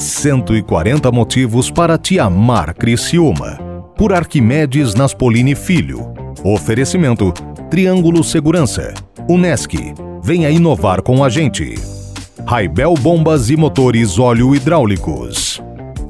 140 motivos para te amar, Criciúma. Por Arquimedes Naspolini Filho. Oferecimento: Triângulo Segurança. Unesc. Venha inovar com a gente. Raibel Bombas e Motores Óleo Hidráulicos.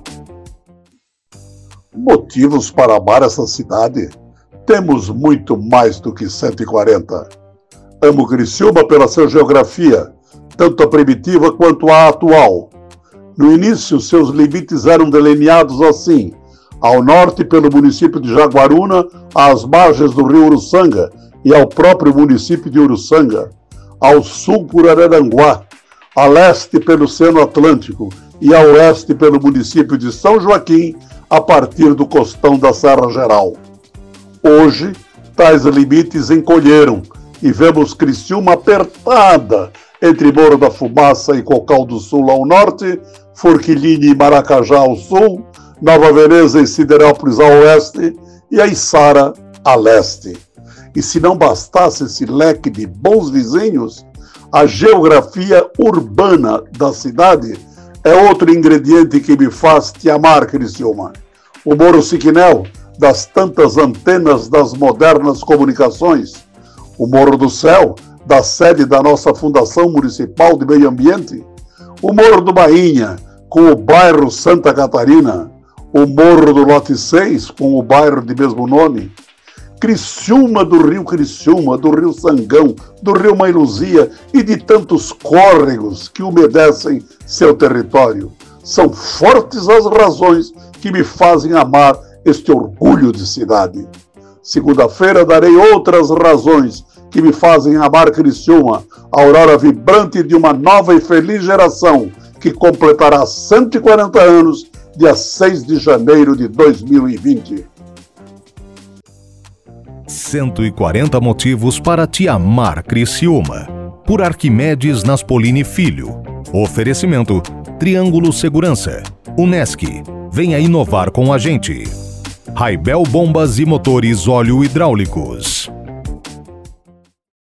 Motivos para amar essa cidade? Temos muito mais do que 140. Amo Criciúma pela sua geografia, tanto a primitiva quanto a atual. No início, seus limites eram delineados assim: ao norte pelo município de Jaguaruna, às margens do rio Uruçanga e ao próprio município de Uruçanga, ao sul por Araranguá, a leste pelo Oceano Atlântico e a oeste pelo município de São Joaquim, a partir do costão da Serra Geral. Hoje, tais limites encolheram e vemos Criciúma apertada entre Morro da Fumaça e Cocal do Sul ao norte, Forquilhinha e Maracajá ao sul, Nova Veneza e Siderópolis ao oeste e a Içara a leste. E se não bastasse esse leque de bons vizinhos, a geografia urbana da cidade é outro ingrediente que me faz te amar, Criciúma. O Morro Siquinel, das tantas antenas das modernas comunicações. O Morro do Céu, da sede da nossa Fundação Municipal de Meio Ambiente. O Morro do Bainha, com o bairro Santa Catarina. O Morro do Lote 6, com o bairro de mesmo nome. Criciúma, do Rio Sangão, do Rio Mãe Luzia e de tantos córregos que umedecem seu território. São fortes as razões que me fazem amar este orgulho de cidade. Segunda-feira darei outras razões que me fazem amar Criciúma, a aurora vibrante de uma nova e feliz geração que completará 140 anos, dia 6 de janeiro de 2020. 140 motivos para te amar, Criciúma. Por Arquimedes Naspolini Filho. Oferecimento: Triângulo Segurança. Unesc. Venha inovar com a gente. Raibel Bombas e Motores Óleo Hidráulicos.